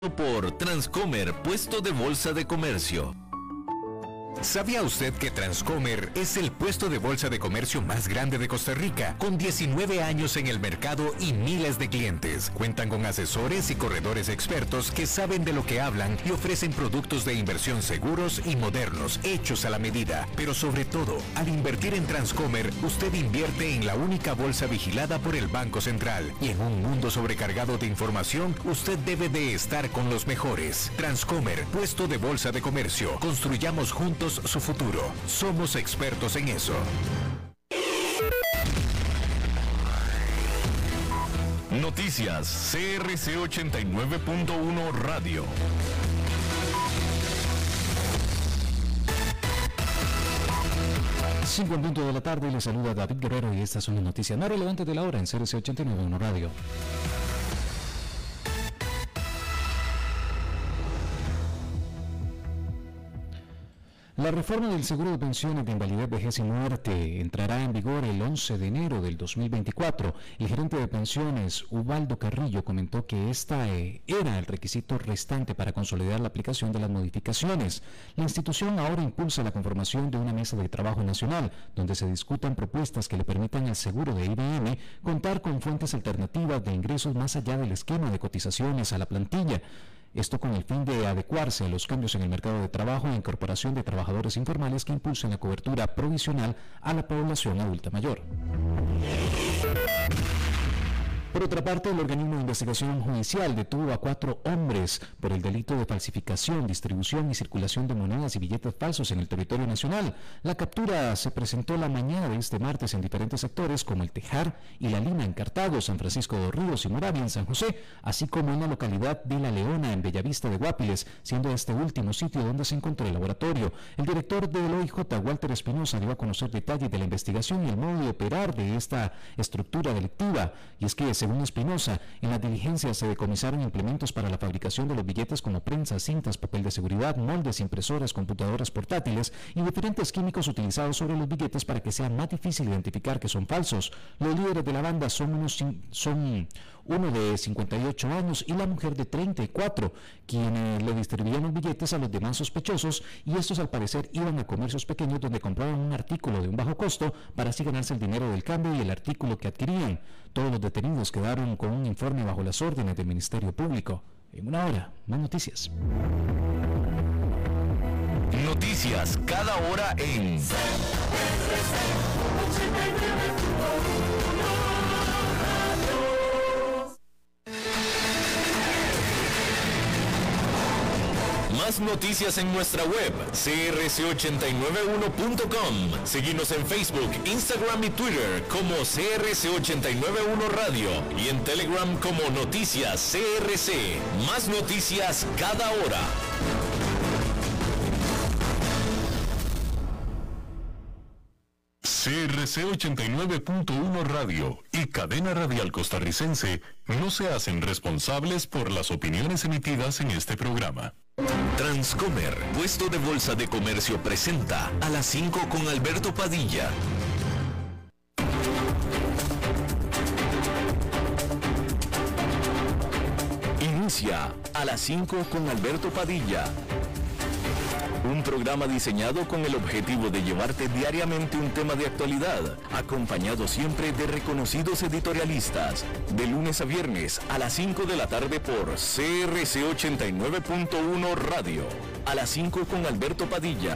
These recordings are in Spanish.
Por Transcomer, puesto de bolsa de comercio. ¿Sabía usted que Transcomer es el puesto de bolsa de comercio más grande de Costa Rica, con 19 años en el mercado y miles de clientes? Cuentan con asesores y corredores expertos que saben de lo que hablan y ofrecen productos de inversión seguros y modernos, hechos a la medida. Pero sobre todo, al invertir en Transcomer, usted invierte en la única bolsa vigilada por el Banco Central. Y en un mundo sobrecargado de información, usted debe de estar con los mejores. Transcomer, puesto de bolsa de comercio. Construyamos juntos su futuro. Somos expertos en eso. Noticias CRC 89.1 Radio. 5:00 de la tarde, le saluda David Guerrero y estas son las noticias más relevantes de la hora en CRC 89.1 Radio. La reforma del seguro de pensiones de invalidez, vejez y muerte entrará en vigor el 11 de enero del 2024. El gerente de pensiones, Ubaldo Carrillo, comentó que esta era el requisito restante para consolidar la aplicación de las modificaciones. La institución ahora impulsa la conformación de una mesa de trabajo nacional, donde se discutan propuestas que le permitan al seguro de IBM contar con fuentes alternativas de ingresos más allá del esquema de cotizaciones a la plantilla. Esto con el fin de adecuarse a los cambios en el mercado de trabajo e incorporación de trabajadores informales que impulsen la cobertura provisional a la población adulta mayor. Por otra parte, el organismo de investigación judicial detuvo a 4 hombres por el delito de falsificación, distribución y circulación de monedas y billetes falsos en el territorio nacional. La captura se presentó la mañana de este martes en diferentes sectores como el Tejar y la Lima en Cartago, San Francisco de Ríos y Moravia en San José, así como en la localidad de La Leona en Bellavista de Guapiles, siendo este último sitio donde se encontró el laboratorio. El director del OIJ, Walter Espinosa, dio a conocer detalles de la investigación y el modo de operar de esta estructura delictiva, y es que según Espinosa, en las diligencias se decomisaron implementos para la fabricación de los billetes como prensas, cintas, papel de seguridad, moldes, impresoras, computadoras portátiles y diferentes químicos utilizados sobre los billetes para que sea más difícil identificar que son falsos. Los líderes de la banda son uno de 58 años y la mujer de 34, quienes le distribuían los billetes a los demás sospechosos, y estos al parecer iban a comercios pequeños donde compraban un artículo de un bajo costo para así ganarse el dinero del cambio y el artículo que adquirían. Todos los detenidos quedaron con un informe bajo las órdenes del Ministerio Público. En una hora, más noticias. Noticias cada hora en Más noticias en nuestra web, crc891.com. Seguimos en Facebook, Instagram y Twitter como CRC891 Radio y en Telegram como Noticias CRC. Más noticias cada hora. CRC 89.1 Radio y Cadena Radial Costarricense no se hacen responsables por las opiniones emitidas en este programa. Transcomer, puesto de bolsa de comercio, presenta a las 5 con Alberto Padilla. Inicia a las 5 con Alberto Padilla. Un programa diseñado con el objetivo de llevarte diariamente un tema de actualidad, acompañado siempre de reconocidos editorialistas, de lunes a viernes a las 5 de la tarde por CRC 89.1 Radio. A las 5 con Alberto Padilla.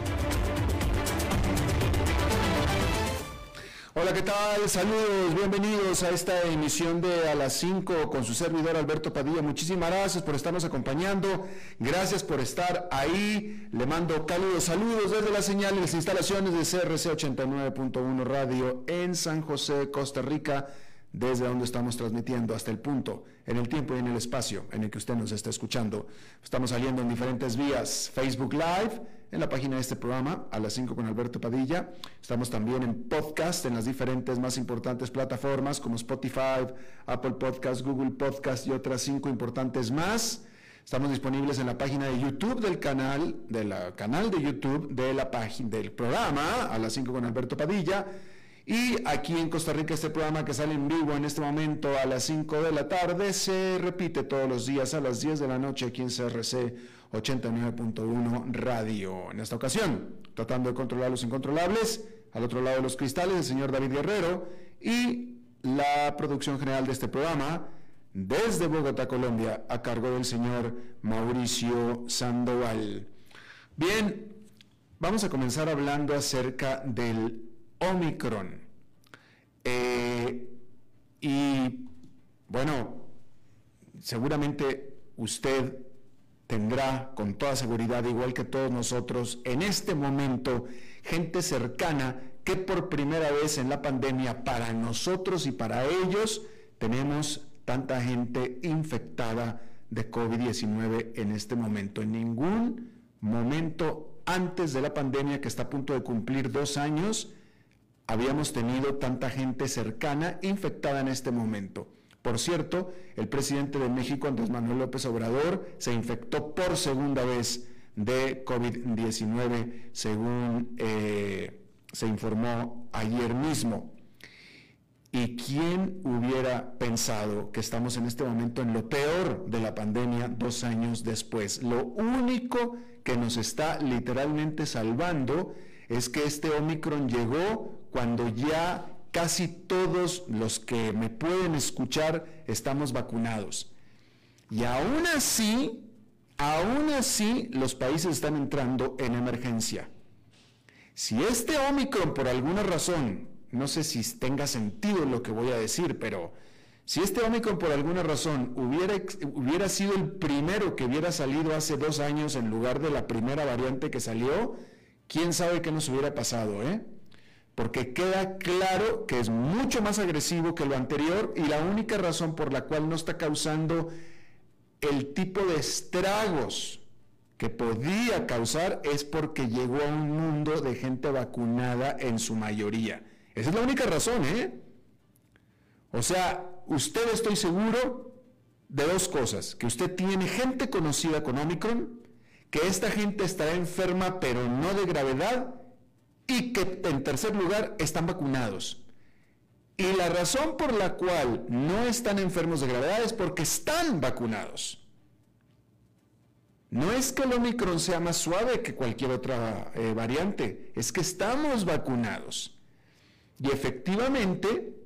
Hola, ¿qué tal? Saludos, bienvenidos a esta emisión de A las 5 con su servidor Alberto Padilla. Muchísimas gracias por estarnos acompañando, gracias por estar ahí. Le mando cálidos saludos desde la señal en las instalaciones de CRC 89.1 Radio en San José, Costa Rica, desde donde estamos transmitiendo hasta el punto, en el tiempo y en el espacio en el que usted nos está escuchando. Estamos saliendo en diferentes vías: Facebook Live, en la página de este programa, A las 5 con Alberto Padilla. Estamos también en podcast, en las diferentes más importantes plataformas como Spotify, Apple Podcast, Google Podcast y otras 5 importantes más. Estamos disponibles en la página de YouTube del canal de YouTube de la página del programa A las 5 con Alberto Padilla. Y aquí en Costa Rica este programa que sale en vivo en este momento a las 5 de la tarde se repite todos los días a las 10 de la noche aquí en CRC 89.1 Radio. En esta ocasión, tratando de controlar los incontrolables, al otro lado de los cristales, el señor David Guerrero y la producción general de este programa desde Bogotá, Colombia, a cargo del señor Mauricio Sandoval. Bien, vamos a comenzar hablando acerca del Omicron. Y bueno, seguramente usted tendrá con toda seguridad, igual que todos nosotros, en este momento, gente cercana que por primera vez en la pandemia, para nosotros y para ellos, tenemos tanta gente infectada de COVID-19 en este momento. En ningún momento antes de la pandemia, que está a punto de cumplir 2 años, habíamos tenido tanta gente cercana infectada en este momento. Por cierto, el presidente de México, Andrés Manuel López Obrador, se infectó por segunda vez de COVID-19, según se informó ayer mismo. ¿Y quién hubiera pensado que estamos en este momento en lo peor de la pandemia 2 años después? Lo único que nos está literalmente salvando es que este Omicron llegó cuando ya casi todos los que me pueden escuchar estamos vacunados. Y aún así, los países están entrando en emergencia. Si este Omicron por alguna razón, no sé si tenga sentido lo que voy a decir, pero si este Omicron por alguna razón hubiera sido el primero que hubiera salido hace 2 años en lugar de la primera variante que salió, quién sabe qué nos hubiera pasado, porque queda claro que es mucho más agresivo que lo anterior y la única razón por la cual no está causando el tipo de estragos que podía causar es porque llegó a un mundo de gente vacunada en su mayoría. Esa es la única razón, O sea, usted, estoy seguro de 2 cosas: que usted tiene gente conocida con Omicron, que esta gente estará enferma pero no de gravedad, y que en tercer lugar están vacunados. Y la razón por la cual no están enfermos de gravedad es porque están vacunados. No es que el Omicron sea más suave que cualquier otra variante, es que estamos vacunados. Y efectivamente,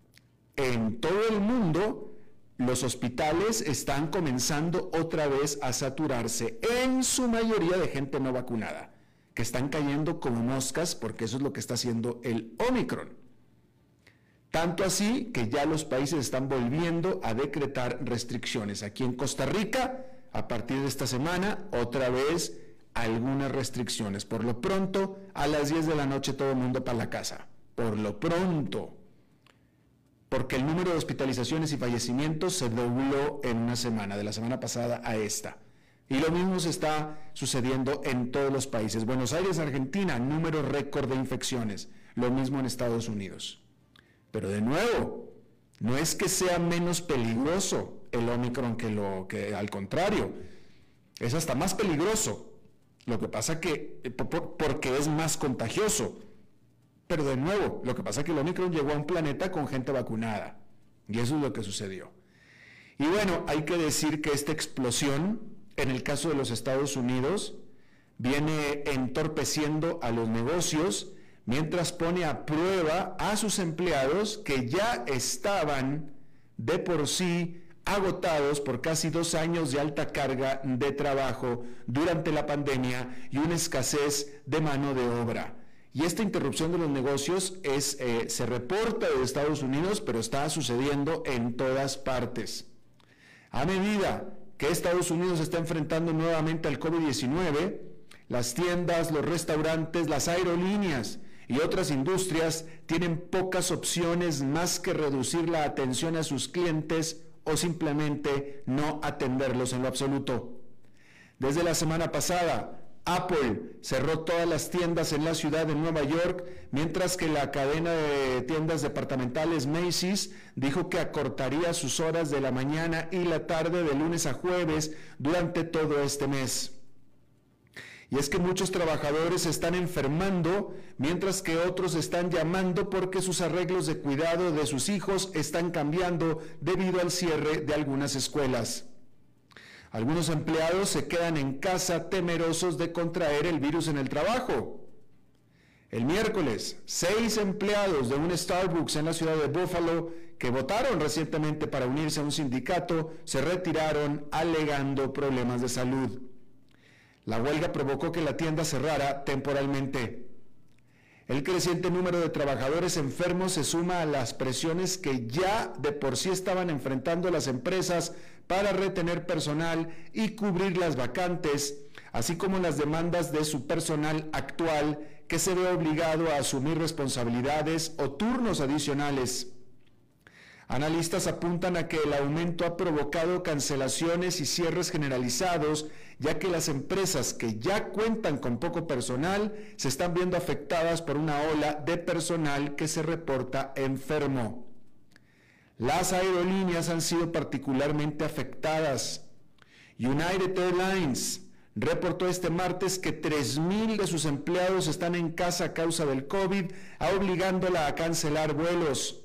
en todo el mundo, los hospitales están comenzando otra vez a saturarse, en su mayoría de gente no vacunada, que están cayendo como moscas, porque eso es lo que está haciendo el Omicron. Tanto así que ya los países están volviendo a decretar restricciones. Aquí en Costa Rica, a partir de esta semana, otra vez algunas restricciones. Por lo pronto, a las 10 de la noche todo el mundo para la casa. Por lo pronto. Porque el número de hospitalizaciones y fallecimientos se dobló en una semana, de la semana pasada a esta. Y lo mismo se está sucediendo en todos los países. Buenos Aires, Argentina, número récord de infecciones. Lo mismo en Estados Unidos. Pero de nuevo, no es que sea menos peligroso el Omicron que al contrario, es hasta más peligroso. Lo que pasa que, porque es más contagioso. Pero de nuevo, lo que pasa es que el Omicron llegó a un planeta con gente vacunada. Y eso es lo que sucedió. Y bueno, hay que decir que esta explosión, en el caso de los Estados Unidos, viene entorpeciendo a los negocios mientras pone a prueba a sus empleados que ya estaban de por sí agotados por casi 2 años de alta carga de trabajo durante la pandemia y una escasez de mano de obra. Y esta interrupción de los negocios se reporta de Estados Unidos, pero está sucediendo en todas partes. A medida que Estados Unidos está enfrentando nuevamente al COVID-19, las tiendas, los restaurantes, las aerolíneas y otras industrias tienen pocas opciones más que reducir la atención a sus clientes o simplemente no atenderlos en lo absoluto. Desde la semana pasada, Apple cerró todas las tiendas en la ciudad de Nueva York, mientras que la cadena de tiendas departamentales Macy's dijo que acortaría sus horas de la mañana y la tarde de lunes a jueves durante todo este mes. Y es que muchos trabajadores se están enfermando, mientras que otros están llamando porque sus arreglos de cuidado de sus hijos están cambiando debido al cierre de algunas escuelas. Algunos empleados se quedan en casa temerosos de contraer el virus en el trabajo. El miércoles, 6 empleados de un Starbucks en la ciudad de Buffalo, que votaron recientemente para unirse a un sindicato, se retiraron alegando problemas de salud. La huelga provocó que la tienda cerrara temporalmente. El creciente número de trabajadores enfermos se suma a las presiones que ya de por sí estaban enfrentando las empresas para retener personal y cubrir las vacantes, así como las demandas de su personal actual que se ve obligado a asumir responsabilidades o turnos adicionales. Analistas apuntan a que el aumento ha provocado cancelaciones y cierres generalizados, ya que las empresas que ya cuentan con poco personal se están viendo afectadas por una ola de personal que se reporta enfermo. Las aerolíneas han sido particularmente afectadas. United Airlines reportó este martes que 3,000 de sus empleados están en casa a causa del COVID, obligándola a cancelar vuelos.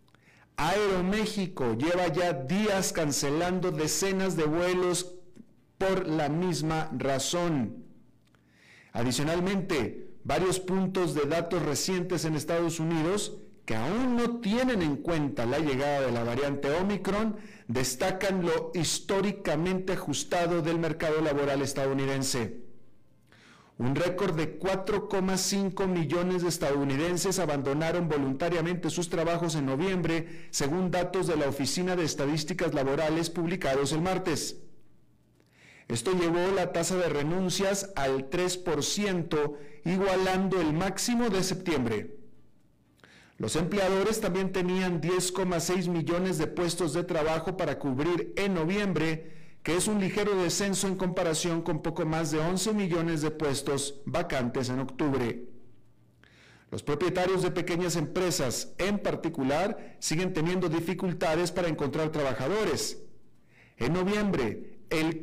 Aeroméxico lleva ya días cancelando decenas de vuelos por la misma razón. Adicionalmente, varios puntos de datos recientes en Estados Unidos, que aún no tienen en cuenta la llegada de la variante Omicron, destacan lo históricamente ajustado del mercado laboral estadounidense. Un récord de 4,5 millones de estadounidenses abandonaron voluntariamente sus trabajos en noviembre, según datos de la Oficina de Estadísticas Laborales publicados el martes. Esto llevó la tasa de renuncias al 3%, igualando el máximo de septiembre. Los empleadores también tenían 10,6 millones de puestos de trabajo para cubrir en noviembre, que es un ligero descenso en comparación con poco más de 11 millones de puestos vacantes en octubre. Los propietarios de pequeñas empresas, en particular, siguen teniendo dificultades para encontrar trabajadores. En noviembre, el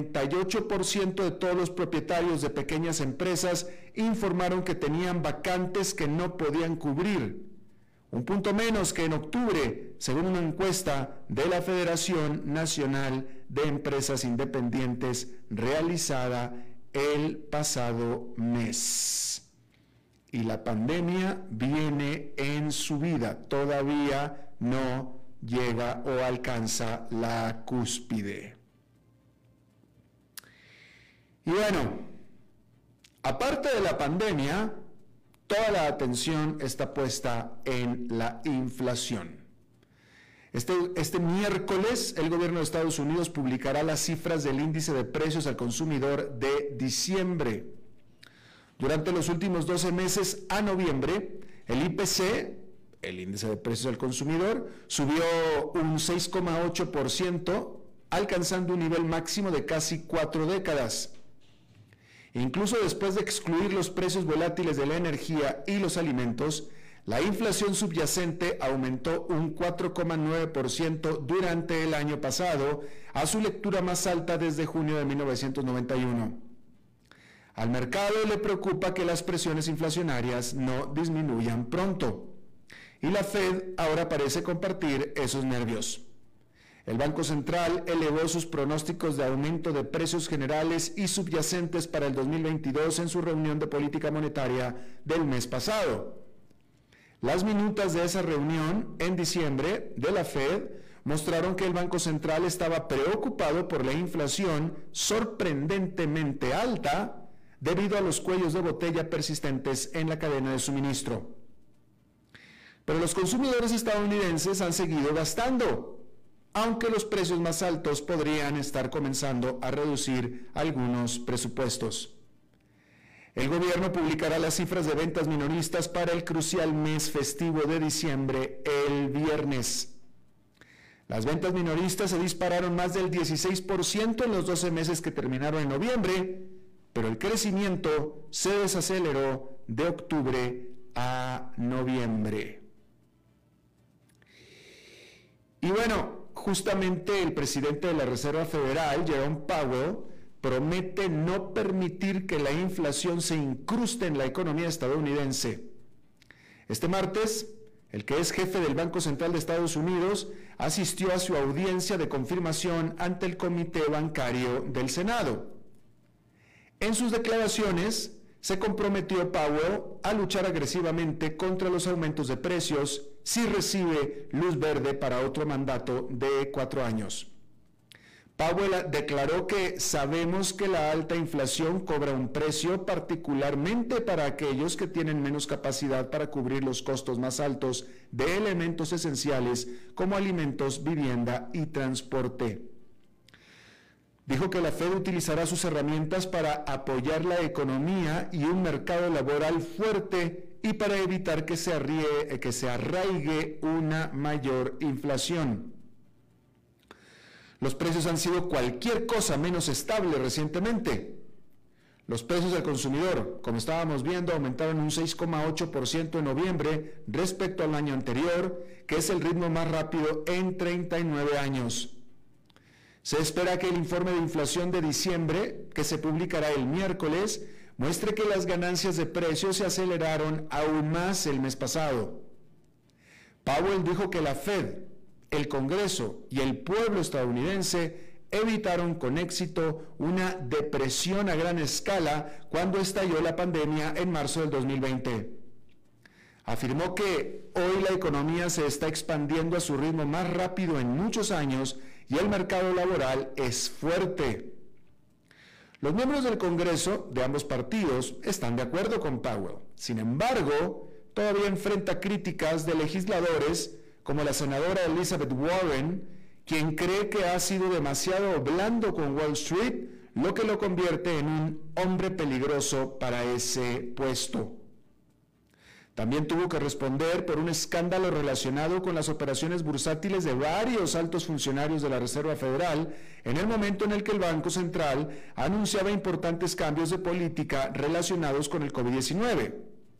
48% de todos los propietarios de pequeñas empresas informaron que tenían vacantes que no podían cubrir. Un punto menos que en octubre, según una encuesta de la Federación Nacional de Empresas Independientes realizada el pasado mes. Y la pandemia viene en subida, todavía no llega o alcanza la cúspide. Y bueno, aparte de la pandemia, toda la atención está puesta en la inflación. Este miércoles, el gobierno de Estados Unidos publicará las cifras del índice de precios al consumidor de diciembre. Durante los últimos 12 meses a noviembre, el IPC, el índice de precios al consumidor, subió un 6,8%, alcanzando un nivel máximo de casi 4 décadas. Incluso después de excluir los precios volátiles de la energía y los alimentos, la inflación subyacente aumentó un 4,9% durante el año pasado, a su lectura más alta desde junio de 1991. Al mercado le preocupa que las presiones inflacionarias no disminuyan pronto, y la Fed ahora parece compartir esos nervios. El Banco Central elevó sus pronósticos de aumento de precios generales y subyacentes para el 2022 en su reunión de política monetaria del mes pasado. Las minutas de esa reunión en diciembre de la Fed mostraron que el Banco Central estaba preocupado por la inflación sorprendentemente alta debido a los cuellos de botella persistentes en la cadena de suministro. Pero los consumidores estadounidenses han seguido gastando, aunque los precios más altos podrían estar comenzando a reducir algunos presupuestos. El gobierno publicará las cifras de ventas minoristas para el crucial mes festivo de diciembre el viernes. Las ventas minoristas se dispararon más del 16% en los 12 meses que terminaron en noviembre, pero el crecimiento se desaceleró de octubre a noviembre. Y bueno, justamente el presidente de la Reserva Federal, Jerome Powell, promete no permitir que la inflación se incruste en la economía estadounidense. Este martes, el que es jefe del Banco Central de Estados Unidos asistió a su audiencia de confirmación ante el Comité Bancario del Senado. En sus declaraciones, se comprometió Powell a luchar agresivamente contra los aumentos de precios si recibe luz verde para otro mandato de 4 años. Powell declaró que sabemos que la alta inflación cobra un precio, particularmente para aquellos que tienen menos capacidad para cubrir los costos más altos de elementos esenciales como alimentos, vivienda y transporte. Dijo que la Fed utilizará sus herramientas para apoyar la economía y un mercado laboral fuerte y para evitar que se arraigue una mayor inflación. Los precios han sido cualquier cosa menos estable recientemente. Los precios del consumidor, como estábamos viendo, aumentaron un 6,8% en noviembre respecto al año anterior, que es el ritmo más rápido en 39 años. Se espera que el informe de inflación de diciembre, que se publicará el miércoles, muestre que las ganancias de precios se aceleraron aún más el mes pasado. Powell dijo que la Fed, el Congreso y el pueblo estadounidense evitaron con éxito una depresión a gran escala cuando estalló la pandemia en marzo del 2020. Afirmó que hoy la economía se está expandiendo a su ritmo más rápido en muchos años y el mercado laboral es fuerte. Los miembros del Congreso de ambos partidos están de acuerdo con Powell. Sin embargo, todavía enfrenta críticas de legisladores como la senadora Elizabeth Warren, quien cree que ha sido demasiado blando con Wall Street, lo que lo convierte en un hombre peligroso para ese puesto. También tuvo que responder por un escándalo relacionado con las operaciones bursátiles de varios altos funcionarios de la Reserva Federal en el momento en el que el Banco Central anunciaba importantes cambios de política relacionados con el COVID-19.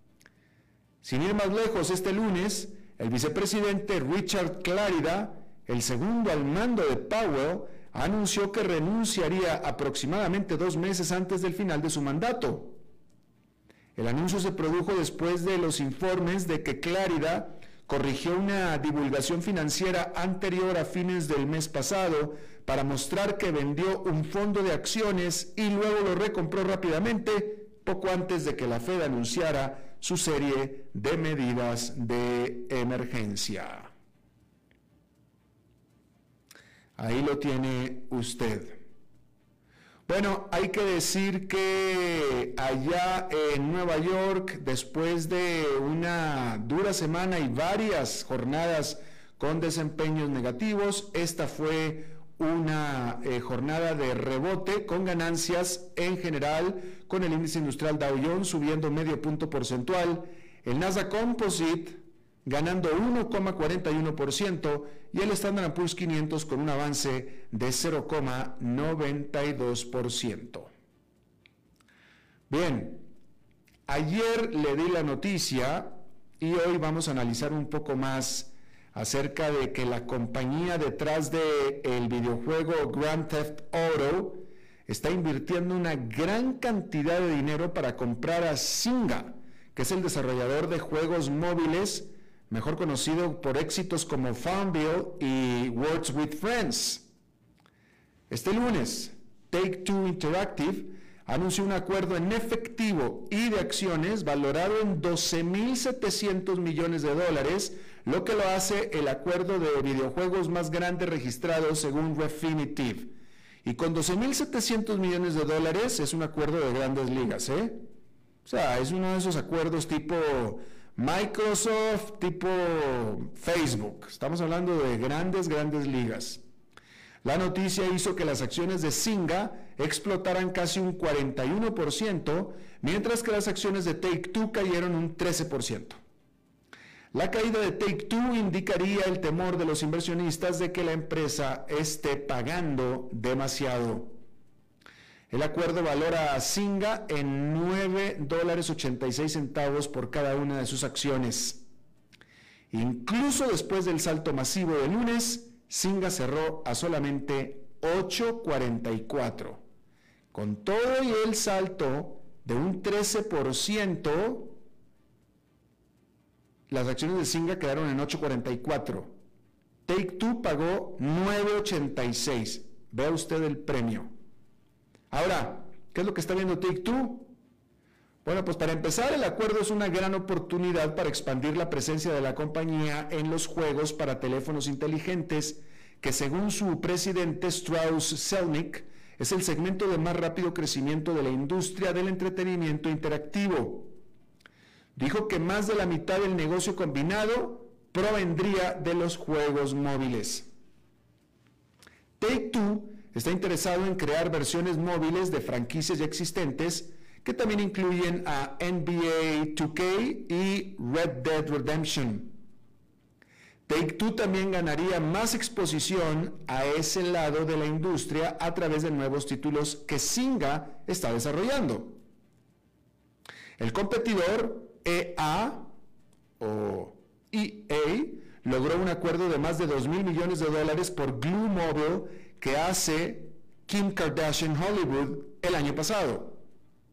Sin ir más lejos, este lunes, el vicepresidente Richard Clarida, el segundo al mando de Powell, anunció que renunciaría aproximadamente 2 meses antes del final de su mandato. El anuncio se produjo después de los informes de que Clarida corrigió una divulgación financiera anterior a fines del mes pasado para mostrar que vendió un fondo de acciones y luego lo recompró rápidamente, poco antes de que la Fed anunciara su serie de medidas de emergencia. Ahí lo tiene usted. Bueno, hay que decir que allá en Nueva York, después de una dura semana y varias jornadas con desempeños negativos, esta fue una jornada de rebote con ganancias en general, con el índice industrial Dow Jones subiendo medio punto porcentual, el Nasdaq Composite ganando 1,41% y el Standard & Poor's 500 con un avance de 0,92%. Bien, ayer le di la noticia y hoy vamos a analizar un poco más acerca de que la compañía detrás del videojuego Grand Theft Auto está invirtiendo una gran cantidad de dinero para comprar a Zynga, que es el desarrollador de juegos móviles, mejor conocido por éxitos como Farmville y Words with Friends. Este lunes, Take-Two Interactive anunció un acuerdo en efectivo y de acciones valorado en $12.700 millones, lo que lo hace el acuerdo de videojuegos más grande registrado según Refinitiv. Y con $12.700 millones es un acuerdo de grandes ligas, O sea, es uno de esos acuerdos tipo Microsoft, tipo Facebook. Estamos hablando de grandes ligas. La noticia hizo que las acciones de Zynga explotaran casi un 41%, mientras que las acciones de Take-Two cayeron un 13%. La caída de Take-Two indicaría el temor de los inversionistas de que la empresa esté pagando demasiado. El acuerdo valora a Zynga en $9.86 por cada una de sus acciones. Incluso después del salto masivo de lunes, Zynga cerró a solamente $8.44, Con todo y el salto de un 13%, las acciones de Zynga quedaron en 8.44. Take-Two pagó 9.86. Vea usted el premio. Ahora, ¿qué es lo que está viendo Take-Two? Bueno, pues para empezar, el acuerdo es una gran oportunidad para expandir la presencia de la compañía en los juegos para teléfonos inteligentes, que según su presidente Strauss Zelnick, es el segmento de más rápido crecimiento de la industria del entretenimiento interactivo. Dijo que más de la mitad del negocio combinado provendría de los juegos móviles. Take-Two está interesado en crear versiones móviles de franquicias ya existentes que también incluyen a NBA 2K y Red Dead Redemption. Take-Two también ganaría más exposición a ese lado de la industria a través de nuevos títulos que Zynga está desarrollando. El competidor EA logró un acuerdo de más de $2,000 millones por Glu Mobile que hace Kim Kardashian Hollywood el año pasado.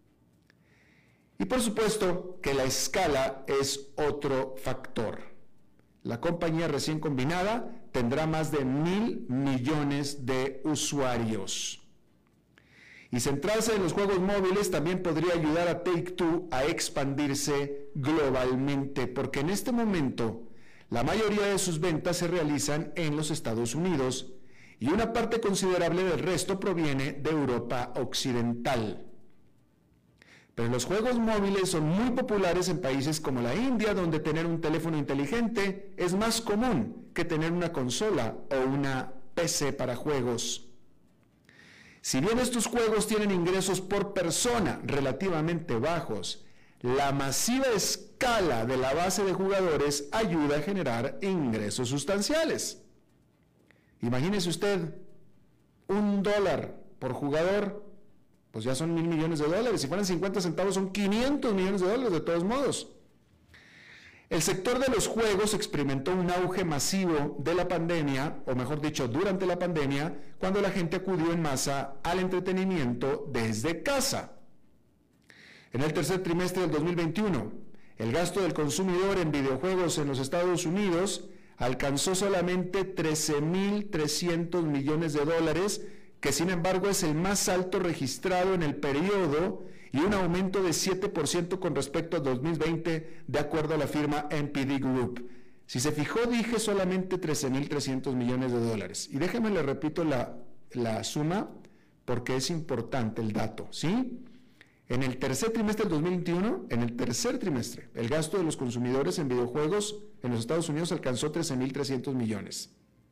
Y por supuesto que la escala es otro factor. La compañía recién combinada tendrá más de 1,000 millones de usuarios. Y centrarse en los juegos móviles también podría ayudar a Take-Two a expandirse globalmente, porque en este momento la mayoría de sus ventas se realizan en los Estados Unidos y una parte considerable del resto proviene de Europa Occidental. Pero los juegos móviles son muy populares en países como la India, donde tener un teléfono inteligente es más común que tener una consola o una PC para juegos. Si bien estos juegos tienen ingresos por persona relativamente bajos, la masiva escala de la base de jugadores ayuda a generar ingresos sustanciales. Imagínese usted, $1 por jugador, pues ya son $1,000 millones. Si fueran 50 centavos son $500 millones de todos modos. El sector de los juegos experimentó un auge masivo de la pandemia, o mejor dicho, durante la pandemia, cuando la gente acudió en masa al entretenimiento desde casa. En el tercer trimestre del 2021, el gasto del consumidor en videojuegos en los Estados Unidos alcanzó solamente $13,300 millones, que sin embargo es el más alto registrado en el periodo y un aumento de 7% con respecto a 2020, de acuerdo a la firma NPD Group. Si se fijó, dije solamente $13,300 millones. Y déjenme le repito la suma, porque es importante el dato, ¿sí? En el tercer trimestre del 2021, el gasto de los consumidores en videojuegos en los Estados Unidos alcanzó $13,300 millones.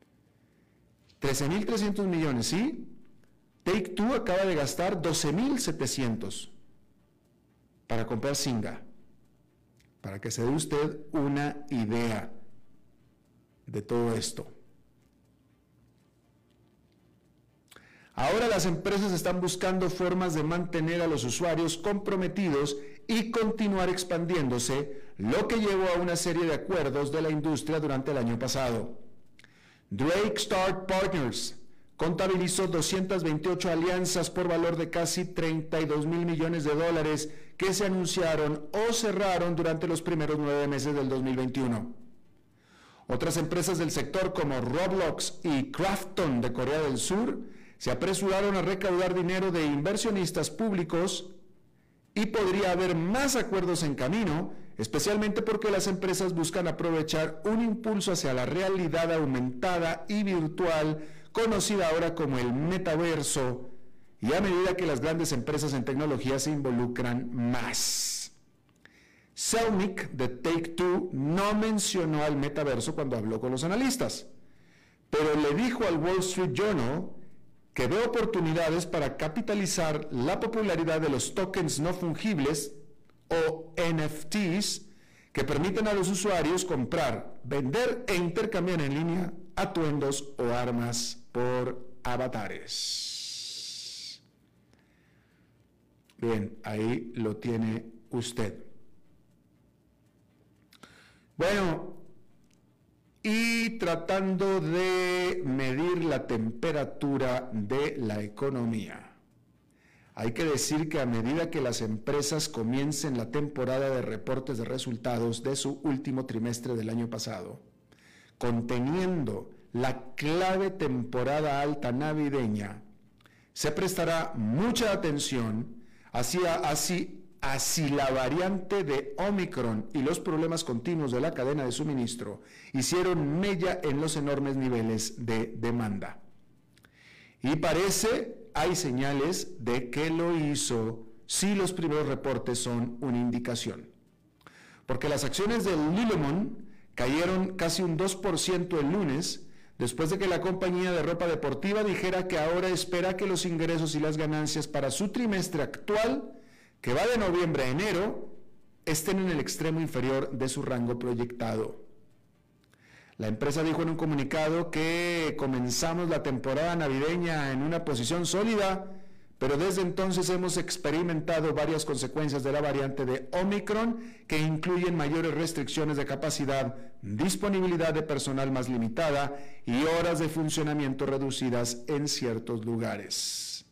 13,300 millones, ¿sí? Take-Two acaba de gastar 12,700 para comprar Zynga, para que se dé usted una idea de todo esto. Ahora las empresas están buscando formas de mantener a los usuarios comprometidos y continuar expandiéndose, lo que llevó a una serie de acuerdos de la industria durante el año pasado. Drake Star Partners contabilizó 228 alianzas por valor de casi $32,000 millones que se anunciaron o cerraron durante los primeros 9 meses del 2021. Otras empresas del sector como Roblox y Krafton de Corea del Sur se apresuraron a recaudar dinero de inversionistas públicos y podría haber más acuerdos en camino, especialmente porque las empresas buscan aprovechar un impulso hacia la realidad aumentada y virtual, conocida ahora como el metaverso, y a medida que las grandes empresas en tecnología se involucran más. Zelnick de Take-Two no mencionó al metaverso cuando habló con los analistas, pero le dijo al Wall Street Journal que ve oportunidades para capitalizar la popularidad de los tokens no fungibles o NFTs que permiten a los usuarios comprar, vender e intercambiar en línea atuendos o armas por avatares. Bien, ahí lo tiene usted. Bueno, y tratando de medir la temperatura de la economía. Hay que decir que a medida que las empresas comiencen la temporada de reportes de resultados de su último trimestre del año pasado, conteniendo la clave temporada alta navideña, se prestará mucha atención hacia si la variante de Omicron y los problemas continuos de la cadena de suministro hicieron mella en los enormes niveles de demanda. Y hay señales de que lo hizo si los primeros reportes son una indicación. Porque las acciones de Lululemon cayeron casi un 2% el lunes, después de que la compañía de ropa deportiva dijera que ahora espera que los ingresos y las ganancias para su trimestre actual, que va de noviembre a enero, estén en el extremo inferior de su rango proyectado. La empresa dijo en un comunicado que comenzamos la temporada navideña en una posición sólida, pero desde entonces hemos experimentado varias consecuencias de la variante de Omicron que incluyen mayores restricciones de capacidad, disponibilidad de personal más limitada y horas de funcionamiento reducidas en ciertos lugares.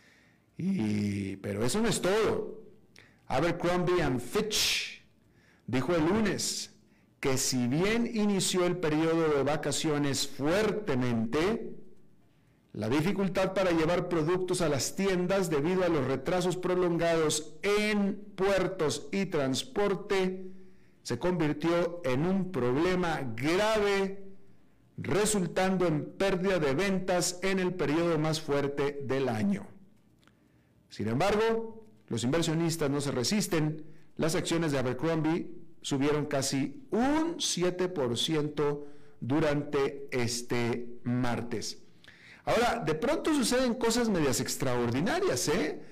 Pero eso no es todo. Abercrombie & Fitch dijo el lunes que si bien inició el periodo de vacaciones fuertemente, la dificultad para llevar productos a las tiendas debido a los retrasos prolongados en puertos y transporte se convirtió en un problema grave, resultando en pérdida de ventas en el periodo más fuerte del año. Sin embargo, los inversionistas no se resisten. Las acciones de Abercrombie subieron casi un 7% durante este martes. Ahora, de pronto suceden cosas medias extraordinarias,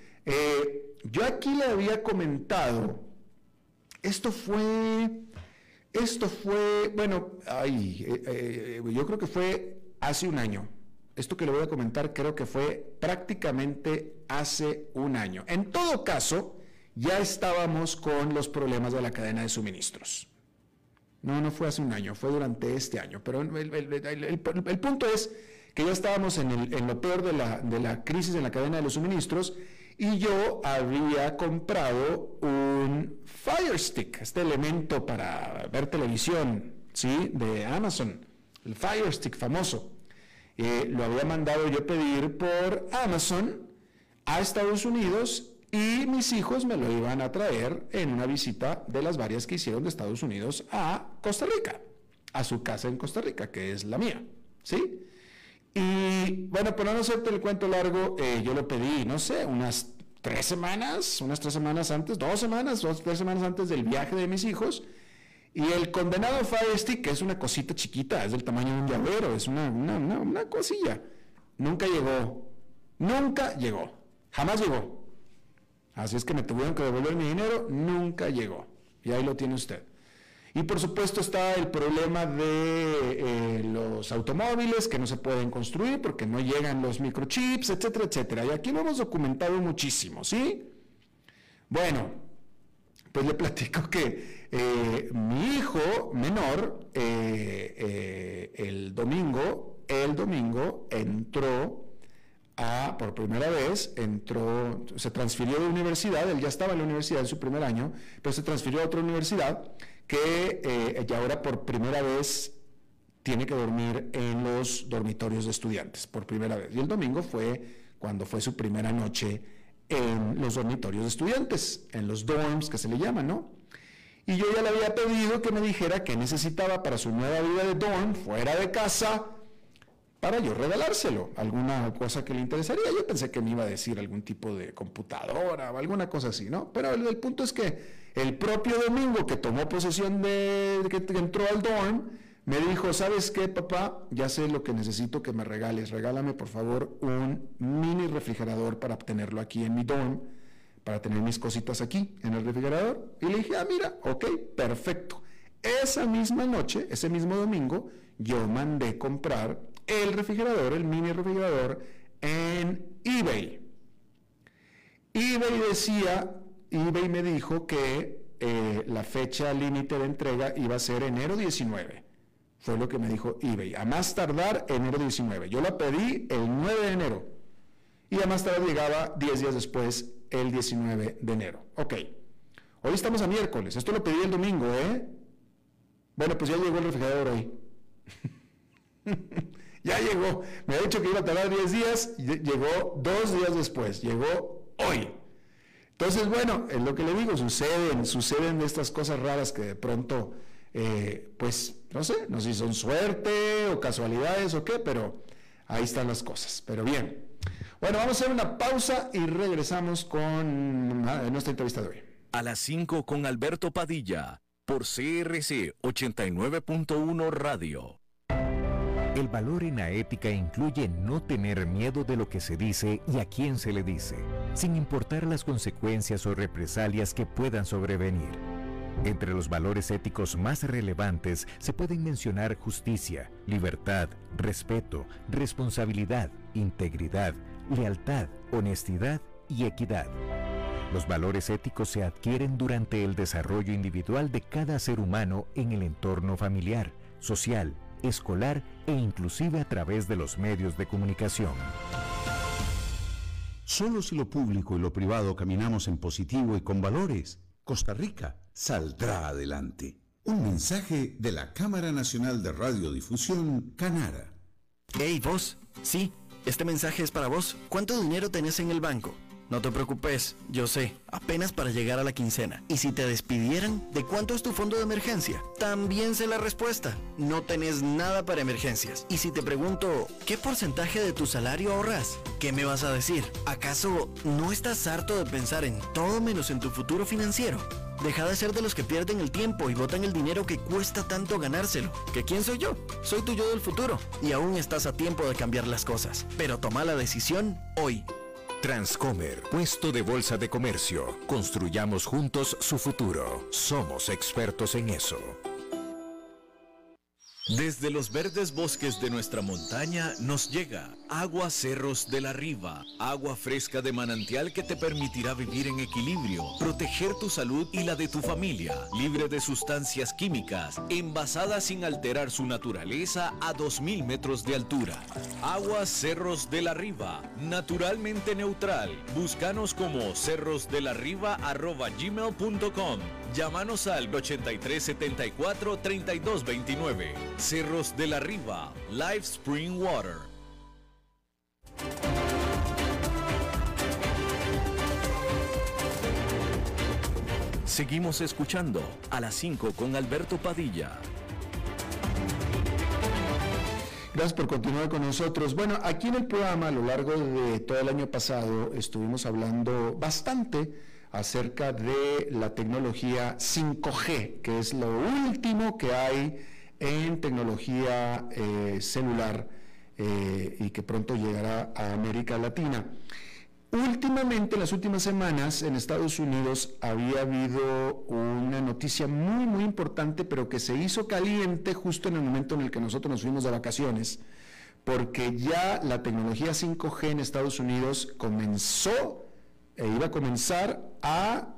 yo aquí le había comentado, yo creo que fue hace un año. Esto que le voy a comentar creo que fue prácticamente hace un año. En todo caso, ya estábamos con los problemas de la cadena de suministros. No fue hace un año, fue durante este año. Pero el punto es que ya estábamos en lo peor de la crisis en la cadena de los suministros y yo había comprado un Fire Stick, este elemento para ver televisión, ¿sí? De Amazon, el Fire Stick famoso. Lo había mandado yo pedir por Amazon a Estados Unidos y mis hijos me lo iban a traer en una visita de las varias que hicieron de Estados Unidos a Costa Rica, a su casa en Costa Rica, que es la mía, ¿sí? Y bueno, para no hacerte el cuento largo, yo lo pedí, no sé, unas 3 semanas antes, 2 semanas, 3 semanas antes del viaje de mis hijos. Y el condenado Fire Stick, que es una cosita chiquita, es del tamaño de un llavero, es una cosilla, nunca llegó, jamás llegó. Así es que me tuvieron que devolver mi dinero, nunca llegó. Y ahí lo tiene usted. Y por supuesto está el problema de los automóviles que no se pueden construir porque no llegan los microchips, etcétera, etcétera. Y aquí lo hemos documentado muchísimo, ¿sí? Bueno, pues le platico que mi hijo menor el domingo entró por primera vez, se transfirió de universidad, él ya estaba en la universidad en su primer año, pero se transfirió a otra universidad que ya ahora por primera vez tiene que dormir en los dormitorios de estudiantes, por primera vez. Y el domingo fue cuando fue su primera noche en los dormitorios de estudiantes, en los dorms que se le llaman, ¿no? Y yo ya le había pedido que me dijera qué necesitaba para su nueva vida de dorm, fuera de casa, para yo regalárselo, alguna cosa que le interesaría. Yo pensé que me iba a decir algún tipo de computadora o alguna cosa así, ¿no? Pero el punto es que el propio domingo que tomó posesión que entró al dorm, me dijo, ¿sabes qué, papá? Ya sé lo que necesito que me regales. Regálame, por favor, un mini refrigerador para tenerlo aquí en mi dorm, para tener mis cositas aquí en el refrigerador. Y le dije, mira, ok, perfecto. Esa misma noche, ese mismo domingo, yo mandé comprar el refrigerador, el mini refrigerador, en eBay. eBay me dijo que la fecha límite de entrega iba a ser enero 19. Fue lo que me dijo eBay. A más tardar, enero 19. Yo la pedí el 9 de enero. y ya más tarde llegaba 10 días después, el 19 de enero. Ok, hoy estamos a miércoles, esto lo pedí el domingo, ¿eh? Bueno, pues ya llegó el refrigerador hoy. Ya llegó, me había dicho que iba a tardar 10 días, y llegó 2 días después, llegó hoy. Entonces, bueno, es lo que le digo, suceden estas cosas raras que de pronto, pues, no sé si son suerte o casualidades o qué, pero ahí están las cosas. Pero bien, bueno, vamos a hacer una pausa y regresamos con nuestra entrevista de hoy. A las 5 con Alberto Padilla, por CRC 89.1 Radio. El valor en la ética incluye no tener miedo de lo que se dice y a quién se le dice, sin importar las consecuencias o represalias que puedan sobrevenir. Entre los valores éticos más relevantes se pueden mencionar justicia, libertad, respeto, responsabilidad, integridad, lealtad, honestidad y equidad. Los valores éticos se adquieren durante el desarrollo individual de cada ser humano en el entorno familiar, social, escolar e inclusive a través de los medios de comunicación. Solo si lo público y lo privado caminamos en positivo y con valores, Costa Rica saldrá adelante. Un mensaje de la Cámara Nacional de Radiodifusión, Canara. Hey, vos. Sí, este mensaje es para vos. ¿Cuánto dinero tenés en el banco? No te preocupes, yo sé, apenas para llegar a la quincena. ¿Y si te despidieran? ¿De cuánto es tu fondo de emergencia? También sé la respuesta. No tenés nada para emergencias. Y si te pregunto, ¿qué porcentaje de tu salario ahorras? ¿Qué me vas a decir? ¿Acaso no estás harto de pensar en todo menos en tu futuro financiero? Deja de ser de los que pierden el tiempo y botan el dinero que cuesta tanto ganárselo. ¿Que quién soy yo? Soy tu yo del futuro. Y aún estás a tiempo de cambiar las cosas. Pero toma la decisión hoy. Transcomer, puesto de bolsa de comercio. Construyamos juntos su futuro. Somos expertos en eso. Desde los verdes bosques de nuestra montaña nos llega Agua Cerros de la Riva, agua fresca de manantial que te permitirá vivir en equilibrio, proteger tu salud y la de tu familia, libre de sustancias químicas, envasada sin alterar su naturaleza a 2000 metros de altura. Agua Cerros de la Riva, naturalmente neutral. Búscanos como cerrosdelarriba@gmail.com. Llámanos al 8374-3229. Cerros de la Riva, Live Spring Water. Seguimos escuchando a las 5 con Alberto Padilla. Gracias por continuar con nosotros. Bueno, aquí en el programa a lo largo de todo el año pasado estuvimos hablando bastante acerca de la tecnología 5G, que es lo último que hay en tecnología celular y que pronto llegará a América Latina. Últimamente, en las últimas semanas, en Estados Unidos había habido una noticia muy, muy importante, pero que se hizo caliente justo en el momento en el que nosotros nos fuimos de vacaciones, porque ya la tecnología 5G en Estados Unidos iba a comenzar a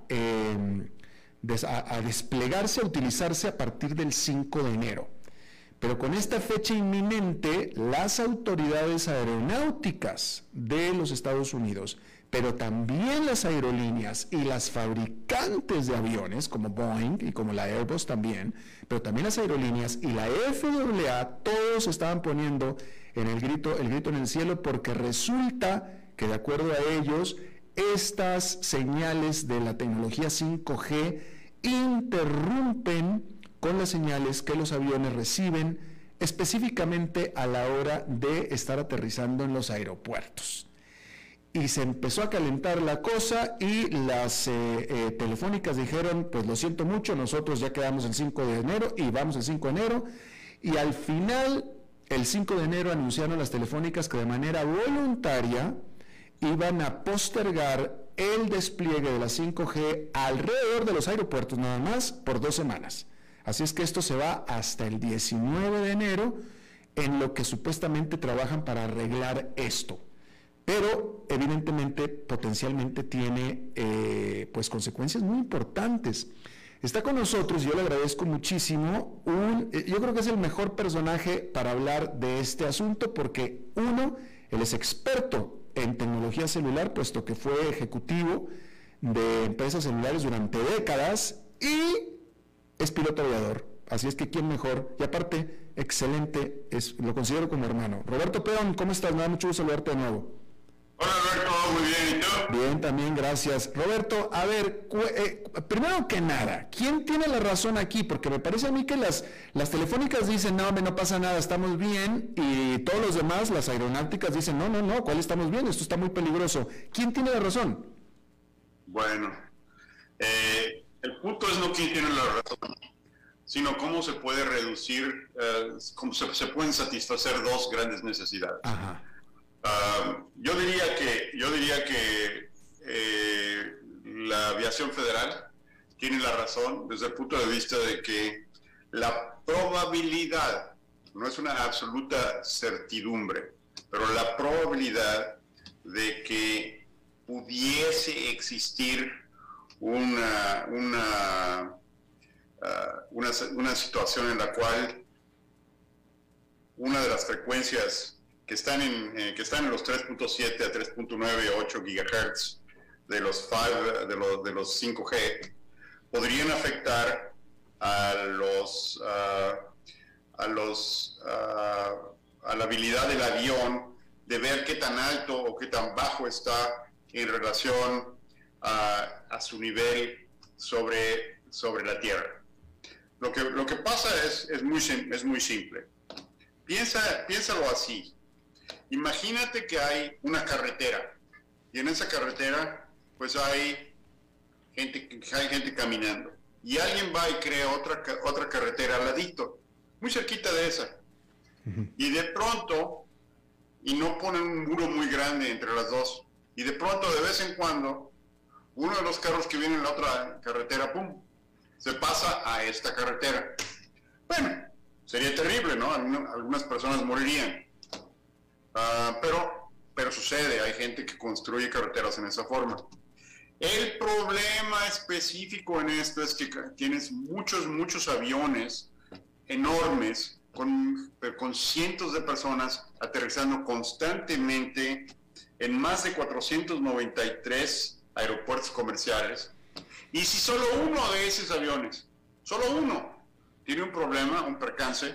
desplegarse, a utilizarse a partir del 5 de enero. Pero con esta fecha inminente, las autoridades aeronáuticas de los Estados Unidos, pero también las aerolíneas y las fabricantes de aviones, como Boeing y como la Airbus también, pero también las aerolíneas y la FAA, todos estaban poniendo el grito en el cielo, porque resulta que de acuerdo a ellos, estas señales de la tecnología 5G interrumpen con las señales que los aviones reciben, específicamente a la hora de estar aterrizando en los aeropuertos. Y se empezó a calentar la cosa y las telefónicas dijeron, pues lo siento mucho, nosotros ya quedamos el 5 de enero y vamos el 5 de enero. Y al final, el 5 de enero anunciaron las telefónicas que de manera voluntaria iban a postergar el despliegue de la 5G alrededor de los aeropuertos nada más por 2 semanas. Así es que esto se va hasta el 19 de enero, en lo que supuestamente trabajan para arreglar esto. Pero evidentemente, potencialmente tiene pues consecuencias muy importantes. Está con nosotros, yo le agradezco muchísimo, yo creo que es el mejor personaje para hablar de este asunto, porque él es experto en tecnología celular, puesto que fue ejecutivo de empresas celulares durante décadas y es piloto aviador. Así es que quién mejor, y aparte, excelente, lo considero como hermano. Roberto Peón, ¿cómo estás? Me da mucho gusto saludarte de nuevo. Hola Roberto, muy bien, ¿y tú? Bien, también, gracias. Roberto, a ver, primero que nada, ¿quién tiene la razón aquí? Porque me parece a mí que las telefónicas dicen, no, no pasa nada, estamos bien, y todos los demás, las aeronáuticas dicen, no, ¿cuál estamos bien? Esto está muy peligroso. ¿Quién tiene la razón? Bueno, el punto es no quién tiene la razón, sino cómo se puede reducir, cómo se pueden satisfacer dos grandes necesidades. Ajá. Yo diría que la aviación federal tiene la razón desde el punto de vista de que la probabilidad, no es una absoluta certidumbre, pero la probabilidad de que pudiese existir una situación en la cual una de las frecuencias que están en los 3.7 a 3.9 8 gigahertz de los 5G podrían afectar a la habilidad del avión de ver qué tan alto o qué tan bajo está en relación a su nivel sobre la Tierra. Lo que pasa es muy simple. Piénsalo así. Imagínate que hay una carretera y en esa carretera pues hay gente caminando y alguien va y crea otra carretera al ladito, muy cerquita de esa. Y de pronto, y no ponen un muro muy grande entre las dos, y de pronto de vez en cuando uno de los carros que viene en la otra carretera, ¡pum!, se pasa a esta carretera. Bueno, sería terrible, ¿no? Algunas personas morirían. Pero sucede, hay gente que construye carreteras en esa forma. El problema específico en esto es que tienes muchos aviones enormes con cientos de personas aterrizando constantemente en más de 493 aeropuertos comerciales. Y si solo uno de esos aviones, solo uno, tiene un problema, un percance,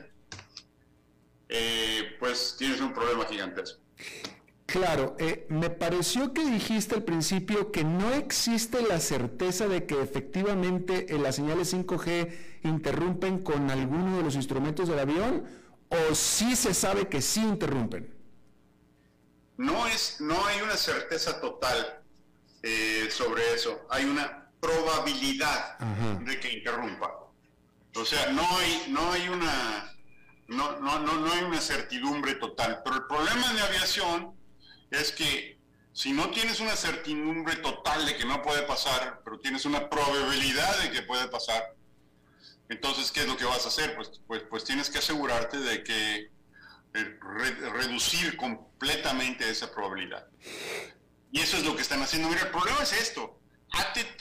pues tienes un problema gigantesco. Claro, me pareció que dijiste al principio que no existe la certeza de que efectivamente las señales 5G interrumpen con alguno de los instrumentos del avión, o sí se sabe que sí interrumpen. No hay una certeza total sobre eso. Hay una probabilidad de que interrumpa. O sea, no hay una certidumbre total. Pero el problema de aviación es que si no tienes una certidumbre total de que no puede pasar, pero tienes una probabilidad de que puede pasar, entonces, ¿qué es lo que vas a hacer? Pues tienes que asegurarte de que reducir completamente esa probabilidad. Y eso es lo que están haciendo. Mira, el problema es esto. AT&T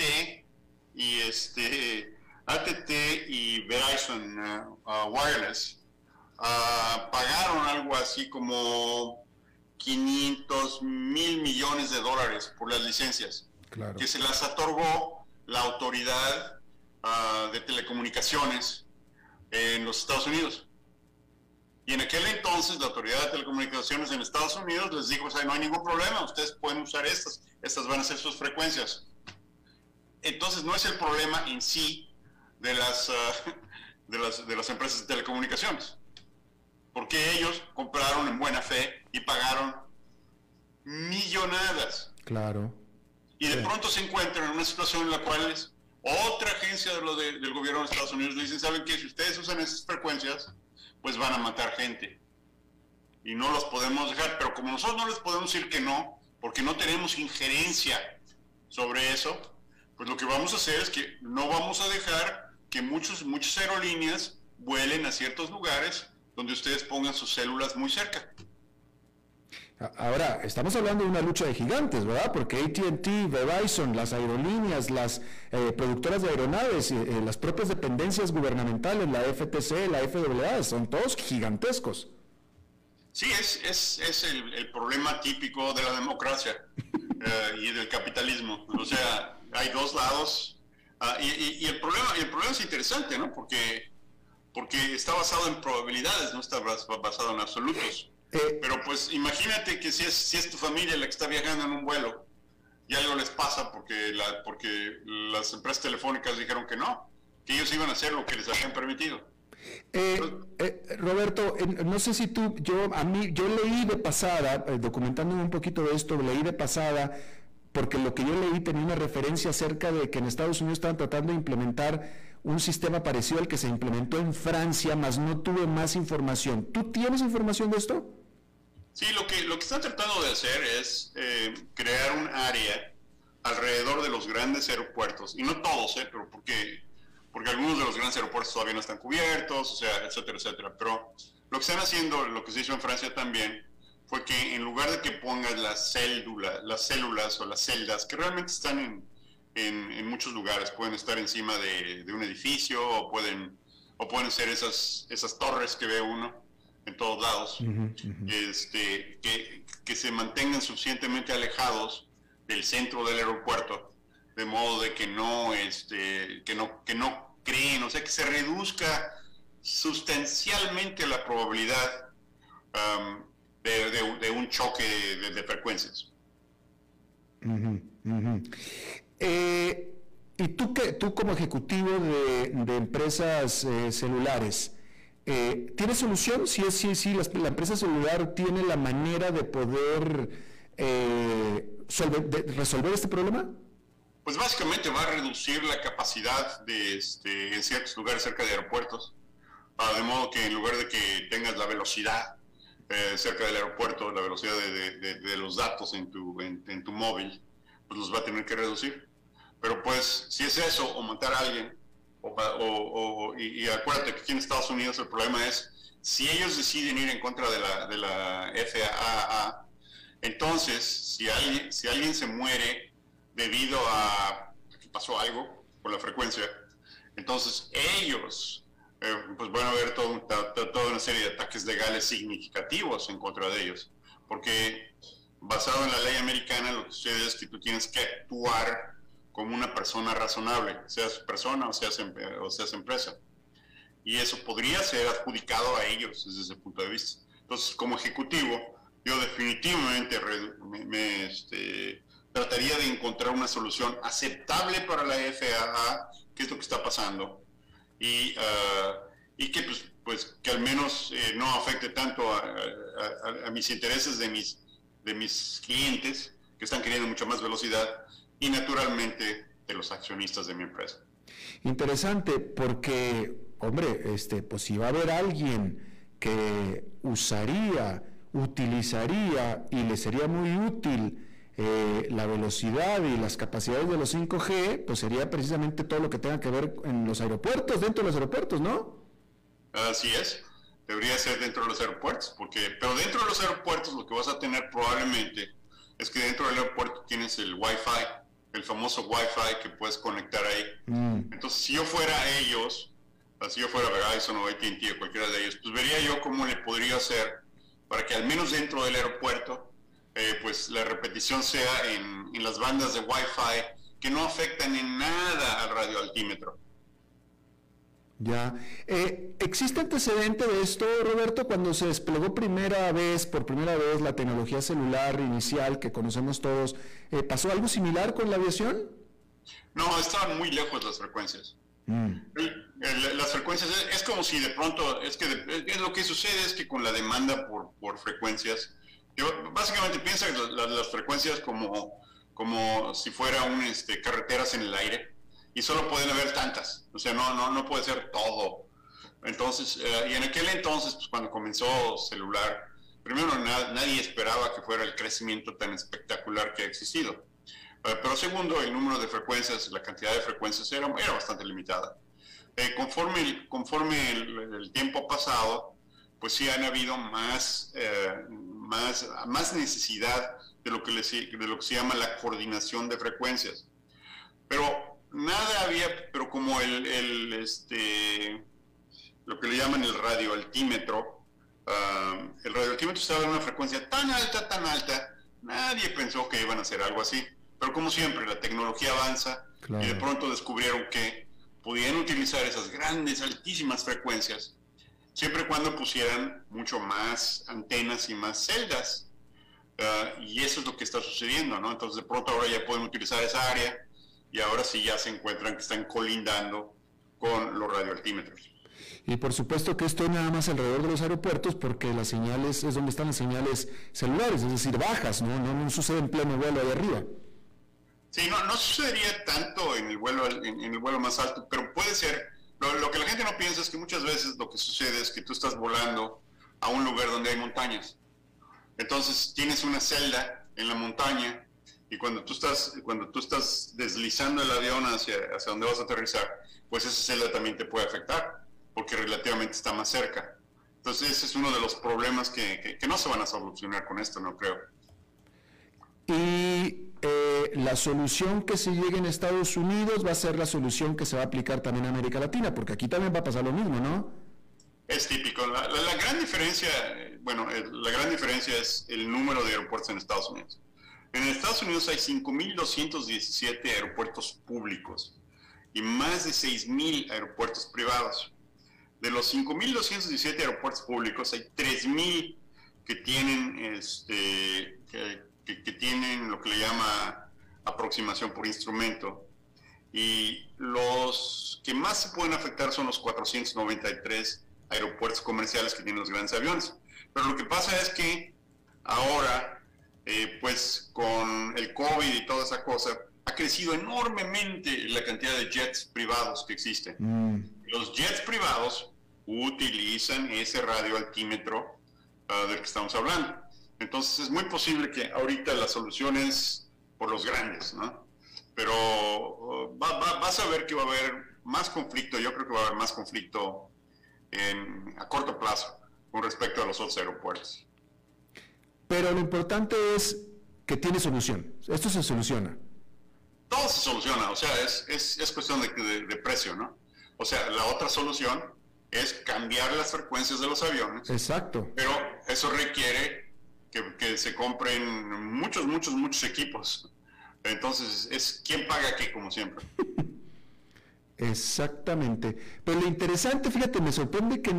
y Verizon Wireless pagaron algo así como $500 mil millones por las licencias, claro, que se las otorgó la autoridad de telecomunicaciones en los Estados Unidos. Y en aquel entonces la autoridad de telecomunicaciones en Estados Unidos les dijo, o sea, no hay ningún problema, ustedes pueden usar estas van a ser sus frecuencias. Entonces no es el problema en sí de las empresas de telecomunicaciones, porque ellos compraron en buena fe y pagaron millonadas. Claro. Y de pronto se encuentran en una situación en la cual otra agencia del gobierno de Estados Unidos le dice, ¿saben qué? Si ustedes usan esas frecuencias, pues van a matar gente. Y no los podemos dejar. Pero como nosotros no les podemos decir que no, porque no tenemos injerencia sobre eso, pues lo que vamos a hacer es que no vamos a dejar que muchas aerolíneas vuelen a ciertos lugares donde ustedes pongan sus células muy cerca. Ahora, estamos hablando de una lucha de gigantes, ¿verdad? Porque AT&T, Verizon, las aerolíneas, las productoras de aeronaves, las propias dependencias gubernamentales, la FTC, la FAA, son todos gigantescos. Sí, es el problema típico de la democracia y del capitalismo. O sea, hay dos lados y el problema es interesante, ¿no? Porque está basado en probabilidades, no está basado en absolutos. Pero pues imagínate que si es tu familia la que está viajando en un vuelo y algo les pasa porque las empresas telefónicas dijeron que no, que ellos iban a hacer lo que les habían permitido. Roberto, no sé si yo leí de pasada, documentándome un poquito de esto, leí de pasada, porque lo que yo leí tenía una referencia acerca de que en Estados Unidos estaban tratando de implementar un sistema parecido al que se implementó en Francia, mas no tuve más información. ¿Tú tienes información de esto? Sí, lo que están tratando de hacer es crear un área alrededor de los grandes aeropuertos, y no todos, pero porque algunos de los grandes aeropuertos todavía no están cubiertos, o sea, etcétera, etcétera. Pero lo que están haciendo, lo que se hizo en Francia también, fue que en lugar de que pongas las células o las celdas, que realmente están en muchos lugares, pueden estar encima de un edificio, o pueden ser esas torres que ve uno en todos lados, que se mantengan suficientemente alejados del centro del aeropuerto, de modo de que no creen, o sea, que se reduzca sustancialmente la probabilidad de un choque de frecuencias. Y tú como ejecutivo de empresas celulares, ¿tienes solución? Si la empresa celular tiene la manera de poder resolver este problema. Pues básicamente va a reducir la capacidad en ciertos lugares cerca de aeropuertos, de modo que en lugar de que tengas la velocidad cerca del aeropuerto, la velocidad de los datos en tu móvil, pues los va a tener que reducir. Pero pues si es eso, o matar a alguien, y acuérdate que aquí en Estados Unidos el problema es, si ellos deciden ir en contra de la FAA, entonces si alguien se muere debido a que pasó algo con la frecuencia, entonces ellos pues van a haber toda una serie de ataques legales significativos en contra de ellos, porque basado en la ley americana lo que sucede es que tú tienes que actuar como una persona razonable, seas persona o seas empresa, y eso podría ser adjudicado a ellos desde ese punto de vista. Entonces, como ejecutivo, yo definitivamente trataría de encontrar una solución aceptable para la FAA, que es lo que está pasando, y que pues que al menos no afecte tanto a mis intereses de mis clientes, que están queriendo mucha más velocidad, y naturalmente de los accionistas de mi empresa. Interesante, porque, hombre, pues si va a haber alguien que utilizaría y le sería muy útil la velocidad y las capacidades de los 5G, pues sería precisamente todo lo que tenga que ver en los aeropuertos, dentro de los aeropuertos, ¿no? Así es, debería ser dentro de los aeropuertos, pero dentro de los aeropuertos lo que vas a tener probablemente es que dentro del aeropuerto tienes el Wi-Fi, el famoso Wi-Fi que puedes conectar ahí. Entonces, si yo fuera ellos, si yo fuera Verizon o AT&T o cualquiera de ellos, pues vería yo cómo le podría hacer para que al menos dentro del aeropuerto pues la repetición sea en las bandas de Wi-Fi que no afectan en nada al radioaltímetro. Ya. ¿Existe antecedente de esto, Roberto, cuando se desplegó por primera vez la tecnología celular inicial que conocemos todos? ¿Pasó algo similar con la aviación? No, estaban muy lejos las frecuencias. Las frecuencias, es como si de pronto, lo que sucede es que con la demanda por frecuencias, básicamente piensa las frecuencias como si fuera carreteras en el aire, y solo pueden haber tantas, o sea, no puede ser todo. Entonces, y en aquel entonces, pues cuando comenzó celular, primero nadie esperaba que fuera el crecimiento tan espectacular que ha existido. Pero segundo, el número de frecuencias, la cantidad de frecuencias era bastante limitada. Conforme el tiempo ha pasado, pues sí han habido más necesidad de lo que se llama la coordinación de frecuencias. Pero como lo que le llaman el radioaltímetro, el radioaltímetro estaba en una frecuencia tan alta, nadie pensó que iban a hacer algo así. Pero como siempre, la tecnología avanza, claro, y de pronto descubrieron que podían utilizar esas grandes, altísimas frecuencias, siempre y cuando pusieran mucho más antenas y más celdas. Y eso es lo que está sucediendo, ¿no? Entonces, de pronto ahora ya pueden utilizar esa área y ahora sí ya se encuentran que están colindando con los radioaltímetros. Y por supuesto que esto nada más alrededor de los aeropuertos, porque las señales es donde están las señales celulares, es decir, bajas, no sucede en pleno vuelo ahí arriba. Sí, no sucedería tanto en el vuelo más alto, pero puede ser. Lo que la gente no piensa es que muchas veces lo que sucede es que tú estás volando a un lugar donde hay montañas. Entonces tienes una celda en la montaña y cuando tú estás deslizando el avión hacia donde vas a aterrizar, pues esa celda también te puede afectar, porque relativamente está más cerca. Entonces ese es uno de los problemas que no se van a solucionar con esto, no creo. Y la solución que se llegue en Estados Unidos va a ser la solución que se va a aplicar también en América Latina, porque aquí también va a pasar lo mismo, ¿no? Es típico. La gran diferencia, la gran diferencia es el número de aeropuertos en Estados Unidos. En Estados Unidos hay 5.217 aeropuertos públicos y más de 6.000 aeropuertos privados. De los 5.217 aeropuertos públicos, hay 3.000 que tienen que tienen lo que le llama aproximación por instrumento, y los que más se pueden afectar son los 493 aeropuertos comerciales que tienen los grandes aviones. Pero lo que pasa es que ahora, pues con el COVID y toda esa cosa, ha crecido enormemente la cantidad de jets privados que existen. Los jets privados utilizan ese radioaltímetro del que estamos hablando. Entonces es muy posible que ahorita la solución es por los grandes, ¿no? Pero vas a ver que va a haber más conflicto. Yo creo que va a haber más conflicto a corto plazo con respecto a los otros aeropuertos. Pero lo importante es que tiene solución. Esto se soluciona. Todo se soluciona, o sea, es cuestión de precio, ¿no? O sea, la otra solución es cambiar las frecuencias de los aviones. Exacto. Pero eso requiere que se compren muchos equipos. Entonces, es quién paga qué, como siempre. Exactamente. Pero lo interesante, fíjate, me sorprende que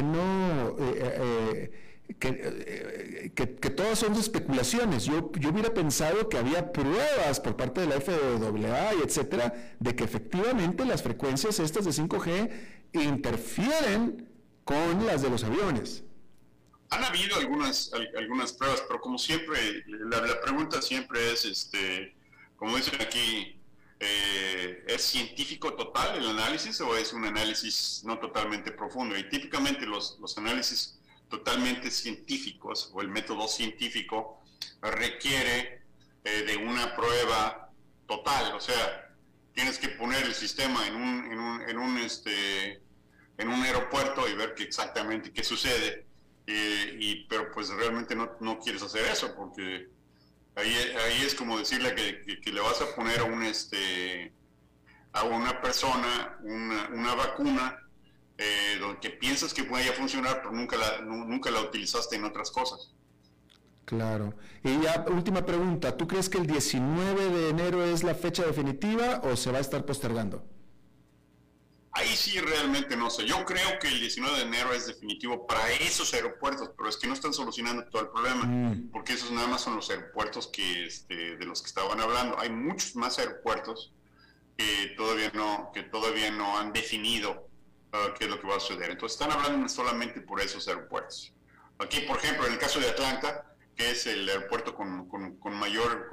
todas son especulaciones. Yo hubiera pensado que había pruebas por parte de la FAA y etcétera, de que efectivamente las frecuencias estas de 5G interfieren con las de los aviones. Han habido algunas pruebas, pero como siempre, la pregunta siempre es, como dicen aquí, ¿es científico total el análisis o es un análisis no totalmente profundo? Y típicamente los análisis totalmente científicos o el método científico requiere de una prueba total. O sea, tienes que poner el sistema en un aeropuerto y ver exactamente qué sucede. Pero pues realmente no quieres hacer eso, porque ahí es como decirle que le vas a poner a una persona una vacuna que piensas que vaya a funcionar, pero nunca la utilizaste en otras cosas. Claro. Y ya, última pregunta, ¿tú crees que el 19 de enero es la fecha definitiva o se va a estar postergando? Ahí sí realmente no sé. Yo creo que el 19 de enero es definitivo para esos aeropuertos, pero es que no están solucionando todo el problema, porque esos nada más son los aeropuertos de los que estaban hablando. Hay muchos más aeropuertos que todavía no han definido qué es lo que va a suceder. Entonces están hablando solamente por esos aeropuertos. Aquí, por ejemplo, en el caso de Atlanta, que es el aeropuerto con mayor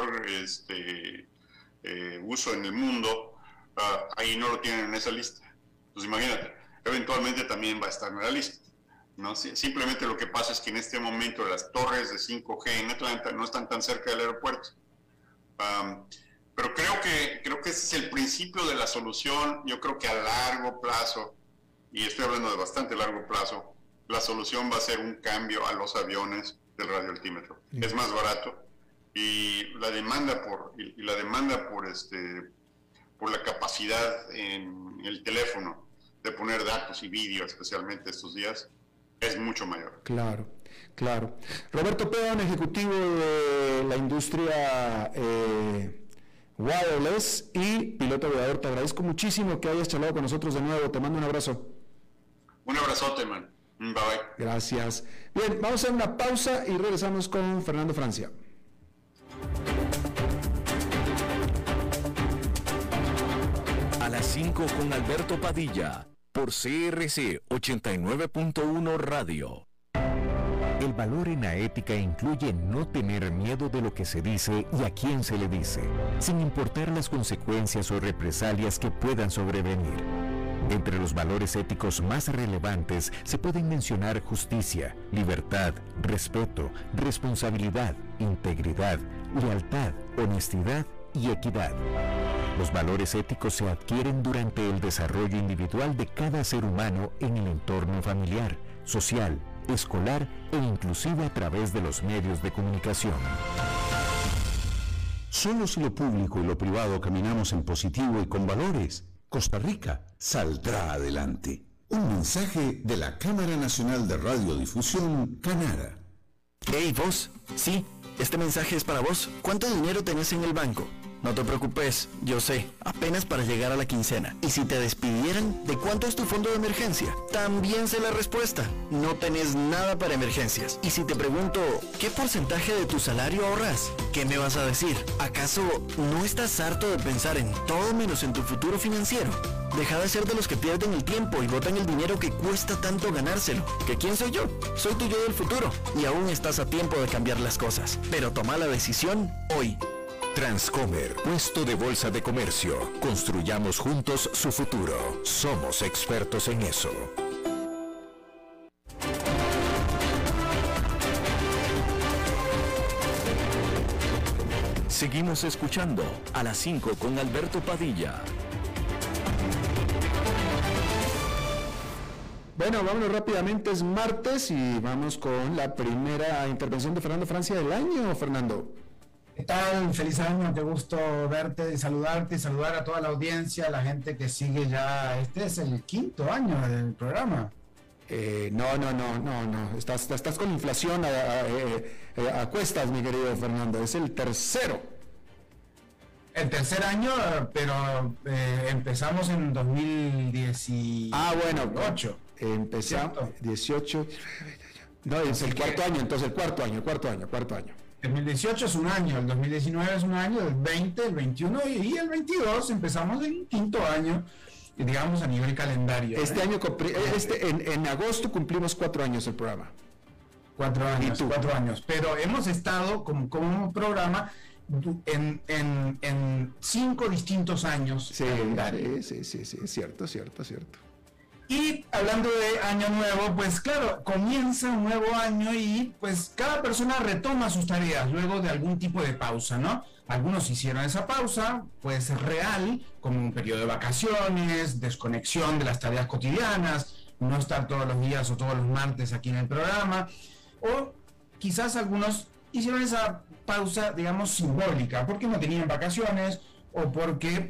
uso en el mundo, ahí no lo tienen en esa lista. Entonces imagínate, eventualmente también va a estar en la lista, ¿no? Simplemente lo que pasa es que en este momento las torres de 5G en Atlanta no están tan cerca del aeropuerto. Pero creo que ese es el principio de la solución. Yo creo que a largo plazo, y estoy hablando de bastante largo plazo, la solución va a ser un cambio a los aviones del radioaltímetro. Es más barato y la demanda por la capacidad en el teléfono de poner datos y vídeo, especialmente estos días, es mucho mayor. Claro, claro. Roberto Peón, ejecutivo de la industria wireless y piloto aviador, te agradezco muchísimo que hayas charlado con nosotros de nuevo. Te mando un abrazo. Un abrazote, man. Bye bye. Gracias. Bien, vamos a hacer una pausa y regresamos con Fernando Francia. A las 5 con Alberto Padilla, por CRC 89.1 Radio. El valor en la ética incluye no tener miedo de lo que se dice y a quién se le dice, sin importar las consecuencias o represalias que puedan sobrevenir. Entre los valores éticos más relevantes se pueden mencionar justicia, libertad, respeto, responsabilidad, integridad, lealtad, honestidad y equidad. Los valores éticos se adquieren durante el desarrollo individual de cada ser humano en el entorno familiar, social, escolar e inclusive a través de los medios de comunicación. Solo si lo público y lo privado caminamos en positivo y con valores, Costa Rica saldrá adelante. Un mensaje de la Cámara Nacional de Radiodifusión, Canara. Hey, vos. Sí, este mensaje es para vos. ¿Cuánto dinero tenés en el banco? No te preocupes, yo sé, apenas para llegar a la quincena. Y si te despidieran, ¿de cuánto es tu fondo de emergencia? También sé la respuesta. No tenés nada para emergencias. Y si te pregunto, ¿qué porcentaje de tu salario ahorras? ¿Qué me vas a decir? ¿Acaso no estás harto de pensar en todo menos en tu futuro financiero? Deja de ser de los que pierden el tiempo y botan el dinero que cuesta tanto ganárselo. ¿Que quién soy yo? Soy tu yo del futuro. Y aún estás a tiempo de cambiar las cosas. Pero toma la decisión hoy. Transcomer, puesto de bolsa de comercio. Construyamos juntos su futuro. Somos expertos en eso. Seguimos escuchando a las 5 con Alberto Padilla. Bueno, vámonos rápidamente, es martes y vamos con la primera intervención de Fernando Francia del año. Fernando. ¿Qué tal? Feliz año, qué gusto verte y saludar a toda la audiencia, a la gente que sigue ya. Este es el 5º año del programa. No. Estás con inflación a cuestas, mi querido Fernando. Es el tercero. El tercer año, pero empezamos en 2018. Ah, bueno. Empezamos 18. No, es el cuarto año, entonces el cuarto año. 2018 es un año, el 2019 es un año, el 20, el 21 y el 22 empezamos el 5º año, digamos a nivel calendario. Este año, en agosto cumplimos 4 años el programa. 4 años, pero hemos estado como programa en 5 distintos años. Sí, es cierto. Y hablando de año nuevo, pues claro, comienza un nuevo año y pues cada persona retoma sus tareas luego de algún tipo de pausa, ¿no? Algunos hicieron esa pausa, puede ser real, como un periodo de vacaciones, desconexión de las tareas cotidianas, no estar todos los días o todos los martes aquí en el programa, o quizás algunos hicieron esa pausa, digamos, simbólica, porque no tenían vacaciones o porque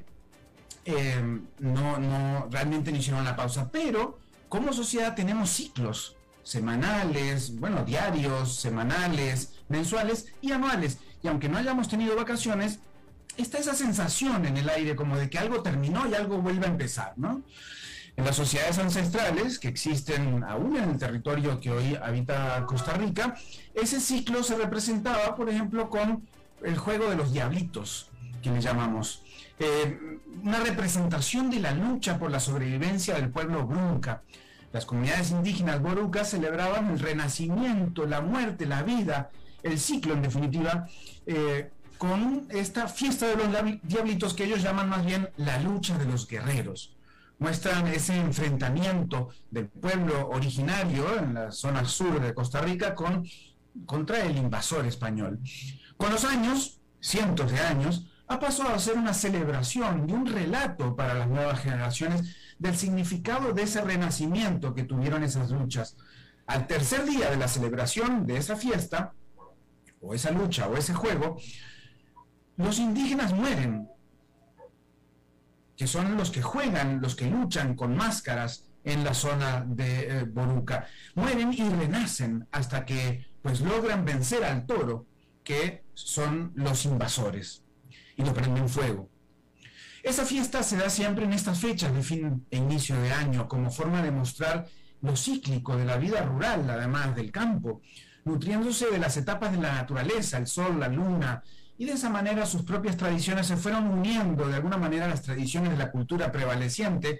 realmente no hicieron la pausa, pero como sociedad tenemos ciclos semanales, diarios, semanales, mensuales y anuales, y aunque no hayamos tenido vacaciones, está esa sensación en el aire como de que algo terminó y algo vuelve a empezar, ¿no? En las sociedades ancestrales que existen aún en el territorio que hoy habita Costa Rica, ese ciclo se representaba, por ejemplo, con el juego de los diablitos, que le llamamos. Una representación de la lucha por la sobrevivencia del pueblo Brunca. Las comunidades indígenas borucas celebraban el renacimiento, la muerte, la vida, el ciclo en definitiva, con esta fiesta de los diablitos que ellos llaman más bien la lucha de los guerreros. Muestran ese enfrentamiento del pueblo originario en la zona sur de Costa Rica contra el invasor español. Con los años, cientos de años, ha pasado a ser una celebración y un relato para las nuevas generaciones del significado de ese renacimiento que tuvieron esas luchas. Al tercer día de la celebración de esa fiesta, o esa lucha, o ese juego, los indígenas mueren, que son los que juegan, los que luchan con máscaras en la zona de Boruca. Mueren y renacen hasta que pues logran vencer al toro, que son los invasores, y lo prenden fuego. Esa fiesta se da siempre en estas fechas de fin e inicio de año, como forma de mostrar lo cíclico de la vida rural, además del campo, nutriéndose de las etapas de la naturaleza, el sol, la luna, y de esa manera sus propias tradiciones se fueron uniendo de alguna manera a las tradiciones de la cultura prevaleciente,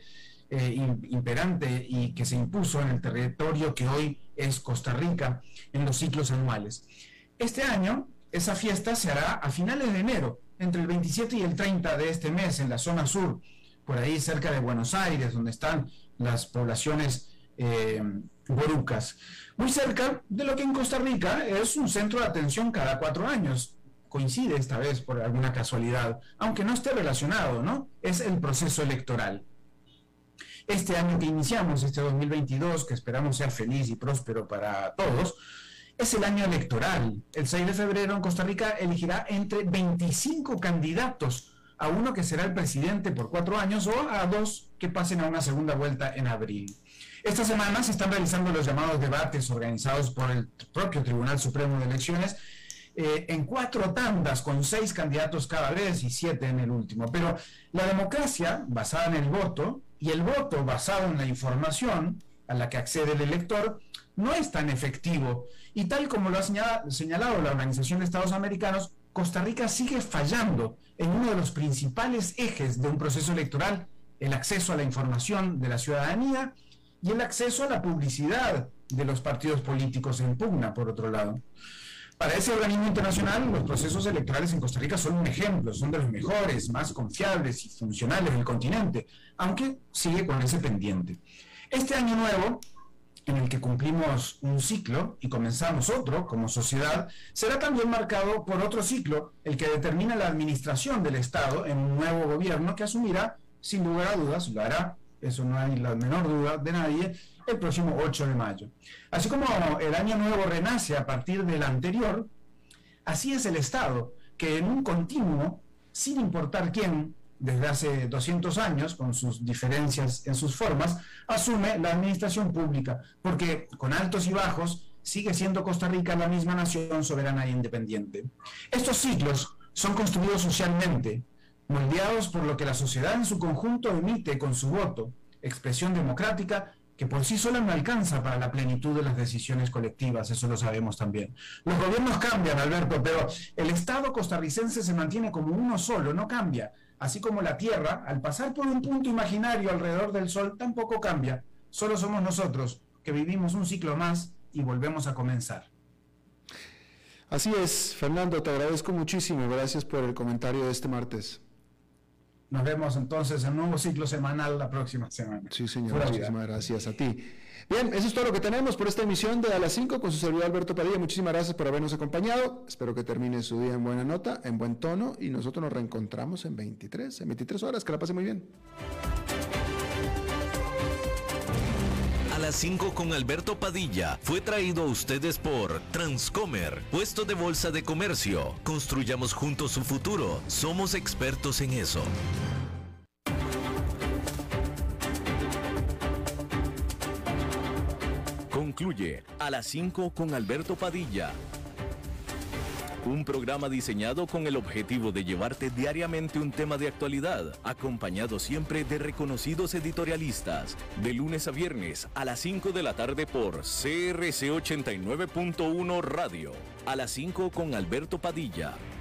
imperante y que se impuso en el territorio que hoy es Costa Rica en los ciclos anuales. Este año, esa fiesta se hará a finales de enero, entre el 27 y el 30 de este mes, en la zona sur, por ahí cerca de Buenos Aires, donde están las poblaciones borucas. Muy cerca de lo que en Costa Rica es un centro de atención cada 4 años. Coincide esta vez por alguna casualidad, aunque no esté relacionado, ¿no? Es el proceso electoral. Este año que iniciamos, este 2022, que esperamos sea feliz y próspero para todos, es el año electoral. El 6 de febrero en Costa Rica elegirá entre 25 candidatos, a uno que será el presidente por 4 años o a 2 que pasen a una segunda vuelta en abril. Esta semana se están realizando los llamados debates organizados por el propio Tribunal Supremo de Elecciones en 4 tandas con 6 candidatos cada vez y 7 en el último. Pero la democracia basada en el voto y el voto basado en la información a la que accede el elector no es tan efectivo. Y tal como lo ha señalado la Organización de Estados Americanos, Costa Rica sigue fallando en uno de los principales ejes de un proceso electoral, el acceso a la información de la ciudadanía y el acceso a la publicidad de los partidos políticos en pugna, por otro lado. Para ese organismo internacional, los procesos electorales en Costa Rica son un ejemplo, son de los mejores, más confiables y funcionales del continente, aunque sigue con ese pendiente. Este año nuevo, en el que cumplimos un ciclo y comenzamos otro como sociedad, será también marcado por otro ciclo, el que determina la administración del Estado en un nuevo gobierno que asumirá, sin lugar a dudas, lo hará, eso no hay la menor duda de nadie, el próximo 8 de mayo. Así como el año nuevo renace a partir del anterior, así es el Estado, que en un continuo, sin importar quién, desde hace 200 años, con sus diferencias en sus formas, asume la administración pública, porque con altos y bajos sigue siendo Costa Rica la misma nación soberana e independiente. Estos ciclos son construidos socialmente, moldeados por lo que la sociedad en su conjunto emite con su voto, expresión democrática que por sí sola no alcanza para la plenitud de las decisiones colectivas, eso lo sabemos también. Los gobiernos cambian, Alberto, pero el Estado costarricense se mantiene como uno solo, no cambia. Así como la Tierra, al pasar por un punto imaginario alrededor del Sol, tampoco cambia. Solo somos nosotros, que vivimos un ciclo más y volvemos a comenzar. Así es, Fernando, te agradezco muchísimo. Gracias por el comentario de este martes. Nos vemos entonces en un nuevo ciclo semanal la próxima semana. Sí, señor. Muchísimas gracias a ti. Bien, eso es todo lo que tenemos por esta emisión de A las 5 con su servidor Alberto Padilla. Muchísimas gracias por habernos acompañado. Espero que termine su día en buena nota, en buen tono, y nosotros nos reencontramos en 23 horas. Que la pase muy bien. A las 5 con Alberto Padilla fue traído a ustedes por Transcomer, puesto de bolsa de comercio. Construyamos juntos su futuro. Somos expertos en eso. Concluye A las 5 con Alberto Padilla. Un programa diseñado con el objetivo de llevarte diariamente un tema de actualidad, acompañado siempre de reconocidos editorialistas, de lunes a viernes a las 5 de la tarde por CRC 89.1 Radio. A las 5 con Alberto Padilla.